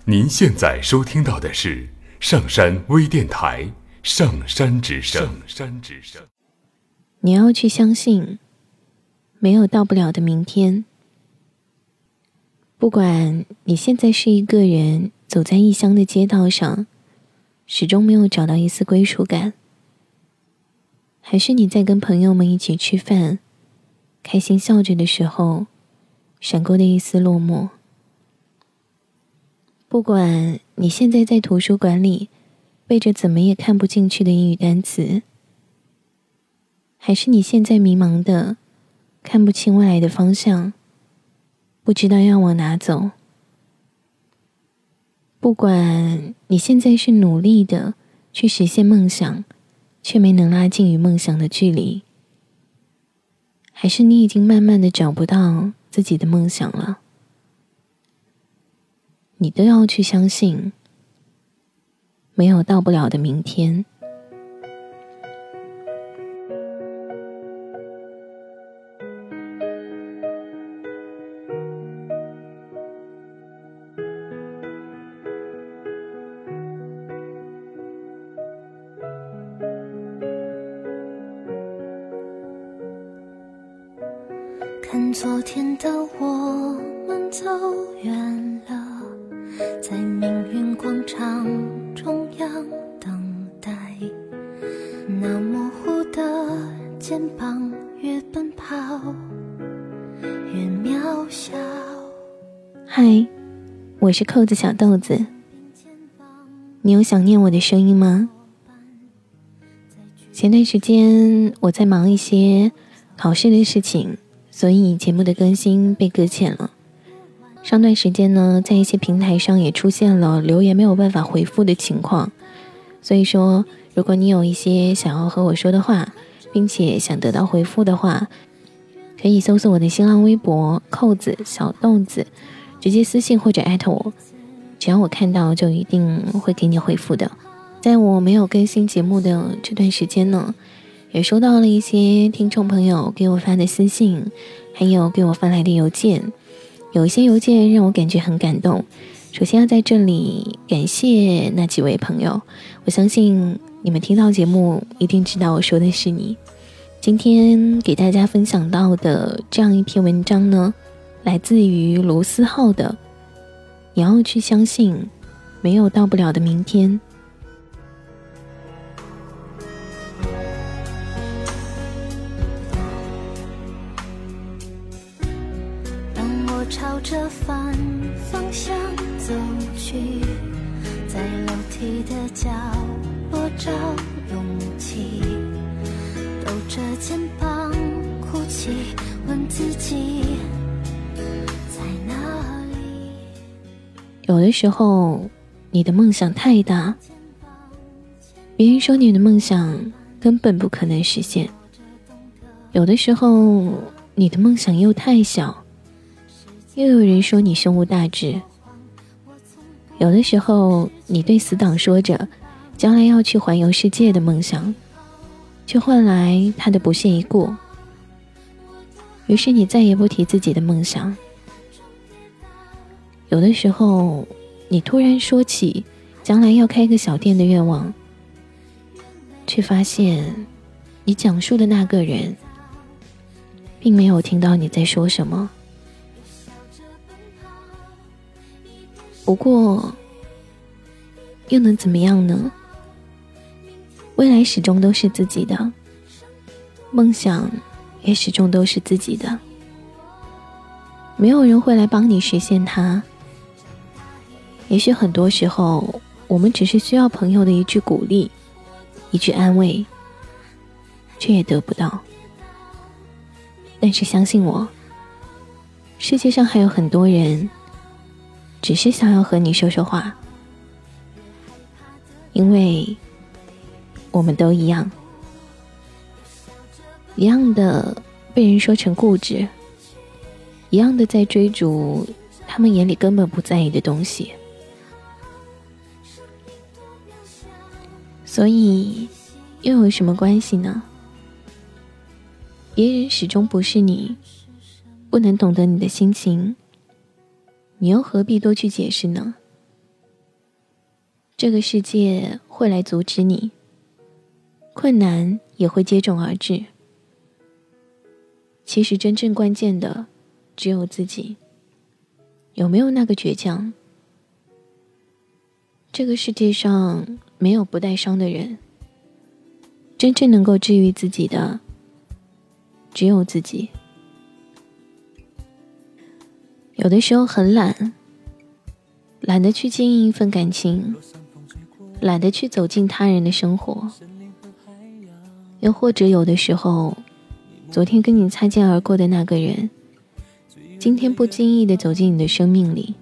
您现在收听到的是上山微电台上山之声。 你要去相信，没有到不了的明天。不管你现在是一个人走在异乡的街道上，始终没有找到一丝归属感，还是你在跟朋友们一起吃饭，开心笑着的时候，闪过的一丝落寞。不管你现在在图书馆里背着怎么也看不进去的英语单词，还是你现在迷茫的看不清未来的方向，不知道要往哪走。不管你现在是努力的去实现梦想，却没能拉近与梦想的距离，还是你已经慢慢的找不到自己的梦想了，你都要去相信，没有到不了的明天。 看昨天的我们走远了，在命运广场中央等待，那模糊的肩膀越奔跑越渺小。 嗨，我是扣子小豆子，你有想念我的声音吗？前段时间我在忙一些考试的事情，所以节目的更新被搁浅了。上段时间呢，在一些平台上也出现了留言没有办法回复的情况，所以说如果你有一些想要和我说的话，并且想得到回复的话，可以搜索我的新浪微博扣子小豆子，直接私信或者艾特我，只要我看到就一定会给你回复的。在我没有更新节目的这段时间呢，也收到了一些听众朋友给我发的私信，还有给我发来的邮件。有一些邮件让我感觉很感动，首先要在这里感谢那几位朋友，我相信你们听到节目一定知道我说的是你。今天给大家分享到的这样一篇文章呢，来自于卢思浩的你要去相信，没有到不了的明天。 朝着反方向走去，在楼梯的角落找勇气，抖着肩膀哭泣，问自己在哪里。 有的时候你的梦想太大，别人说你的梦想根本不可能实现。有的时候你的梦想又太小，又有人说你胸无大志。有的时候你对死党说着将来要去环游世界的梦想，却换来他的不屑一顾，于是你再也不提自己的梦想。有的时候你突然说起将来要开个小店的愿望，却发现你讲述的那个人并没有听到你在说什么。不过又能怎么样呢？未来始终都是自己的，梦想也始终都是自己的，没有人会来帮你实现它。也许很多时候我们只是需要朋友的一句鼓励，一句安慰，却也得不到。但是相信我，世界上还有很多人只是想要和你说说话，因为我们都一样，一样的被人说成固执，一样的在追逐他们眼里根本不在意的东西。所以又有什么关系呢？别人始终不是你，不能懂得你的心情，你又何必多去解释呢？ 这个世界会来阻止你，困难也会接踵而至。其实真正关键的只有自己，有没有那个倔强？这个世界上没有不带伤的人，真正能够治愈自己的只有自己。有的时候很懒得去经营一份感情，懒得去走进他人的生活，又或者有的时候，昨天跟你擦肩而过的那个人，今天不经意地走进你的生命里。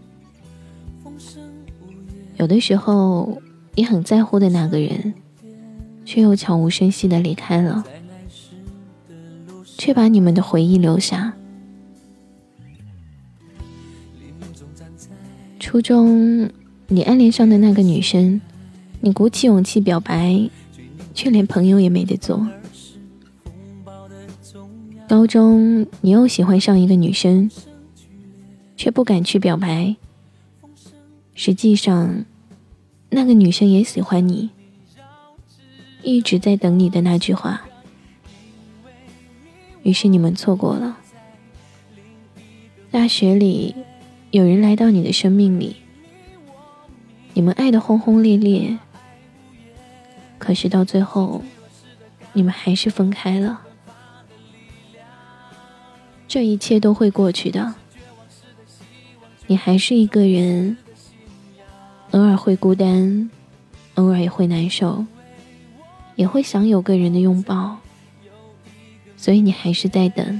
有的时候，你很在乎的那个人，却又悄无声息地离开了，却把你们的回忆留下。初中你暗恋上的那个女生，你鼓起勇气表白，却连朋友也没得做。高中你又喜欢上一个女生，却不敢去表白。实际上那个女生也喜欢你，一直在等你的那句话，于是你们错过了。大学里有人来到你的生命里，你们爱得轰轰烈烈，可是到最后你们还是分开了。这一切都会过去的，你还是一个人，偶尔会孤单，偶尔也会难受，也会想有个人的拥抱，所以你还是在等。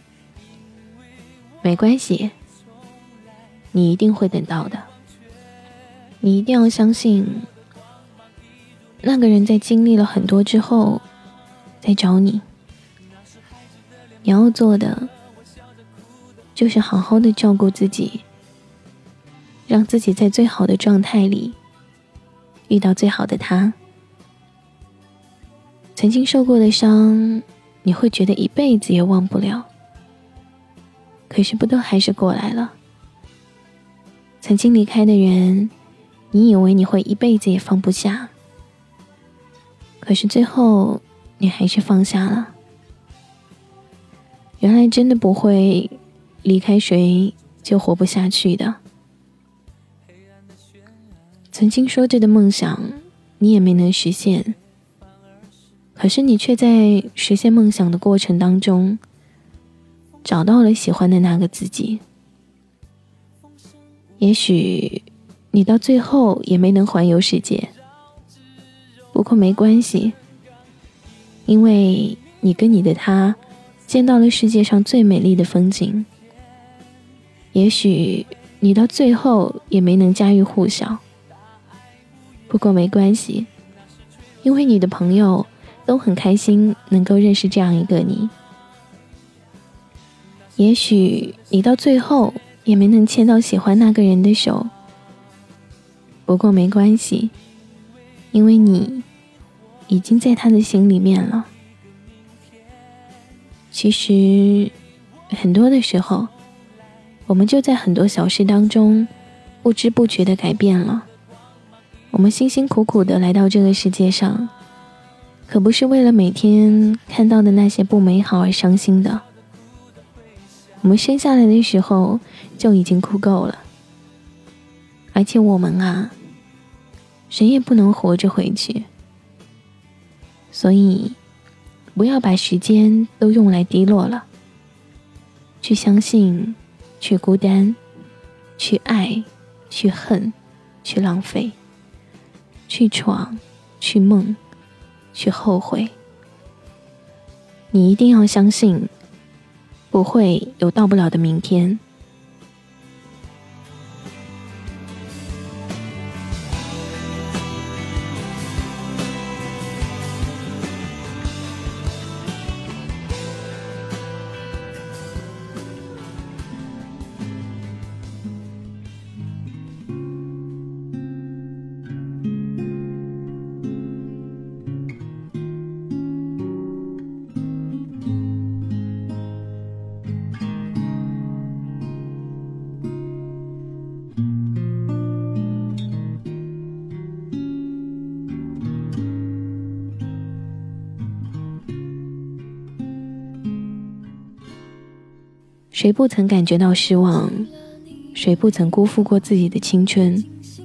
没关系，你一定会等到的。你一定要相信，那个人在经历了很多之后再找你。你要做的就是好好的照顾自己，让自己在最好的状态里遇到最好的他。曾经受过的伤，你会觉得一辈子也忘不了，可是不都还是过来了。曾经离开的人，你以为你会一辈子也放不下，可是最后你还是放下了。原来真的不会离开谁就活不下去的。曾经说着的梦想，你也没能实现，可是你却在实现梦想的过程当中，找到了喜欢的那个自己。也许你到最后也没能环游世界，不过没关系，因为你跟你的他见到了世界上最美丽的风景。也许你到最后也没能家喻户晓，不过没关系，因为你的朋友都很开心能够认识这样一个你。也许你到最后也没能牵到喜欢那个人的手，不过没关系，因为你已经在他的心里面了。其实很多的时候，我们就在很多小事当中不知不觉地改变了。我们辛辛苦苦地来到这个世界上，可不是为了每天看到的那些不美好而伤心的。我们生下来的时候就已经哭够了，而且我们啊，谁也不能活着回去。所以不要把时间都用来低落了，去相信，去孤单，去爱，去恨，去浪费，去闯，去梦，去后悔。你一定要相信，不会有到不了的明天。 谁不曾感觉到失望？谁不曾辜负过自己的青春？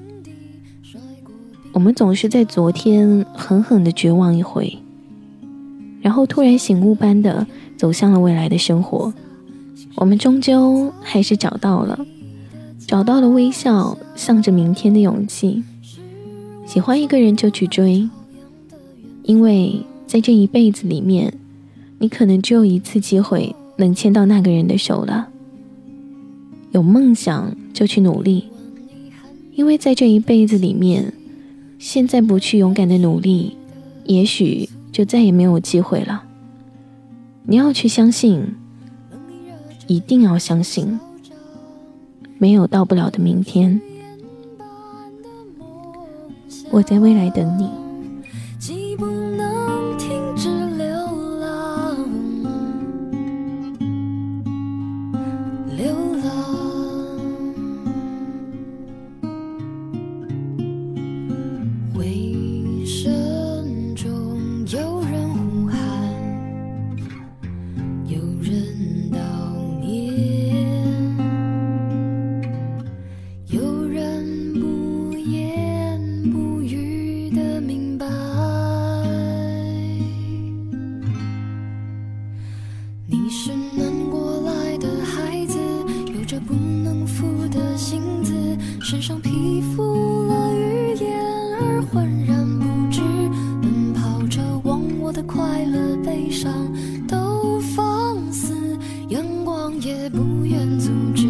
我们总是在昨天狠狠地绝望一回，然后突然醒悟般的走向了未来的生活。我们终究还是找到了微笑，向着明天的勇气。喜欢一个人就去追，因为在这一辈子里面，你可能只有一次机会能牵到那个人的手了。有梦想就去努力，因为在这一辈子里面，现在不去勇敢的努力，也许就再也没有机会了。你要去相信，一定要相信，没有到不了的明天。我在未来等你。 既不能停止流浪，流浪，回声中有人呼喊，有人悼念，有人不言不语的明白，你是南国来的孩子，有着不能负的性子，身上披覆了语言而浑然不知，奔跑着忘我的快乐悲伤都放肆，阳光也不愿阻止。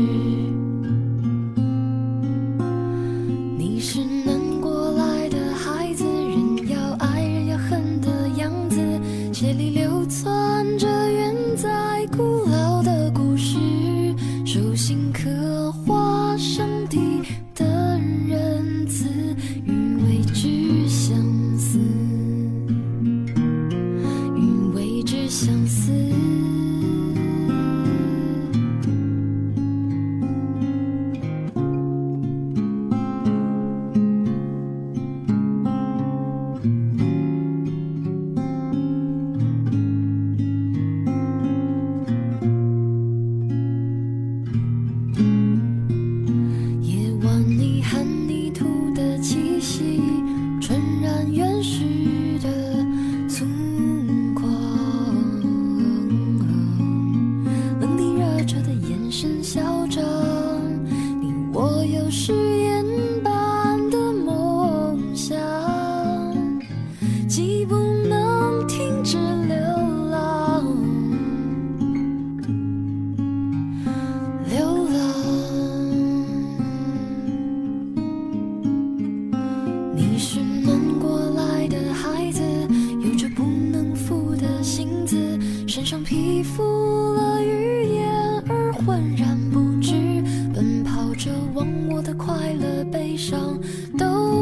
你是南国来的孩子，人要爱人要恨的样子，血里流窜着远在古老的故事，手心刻画上帝的仁慈，与未知相似，与未知相似。夜晚你和泥土的气息，传染原始的粗犷，冷地热彻的眼神嚣张，你我有誓言般的梦想，既不能停止流浪，流浪。你是南国来的孩子，有着不能负的性子，身上披覆了语言而浑然不知，奔跑着忘我的快乐悲伤都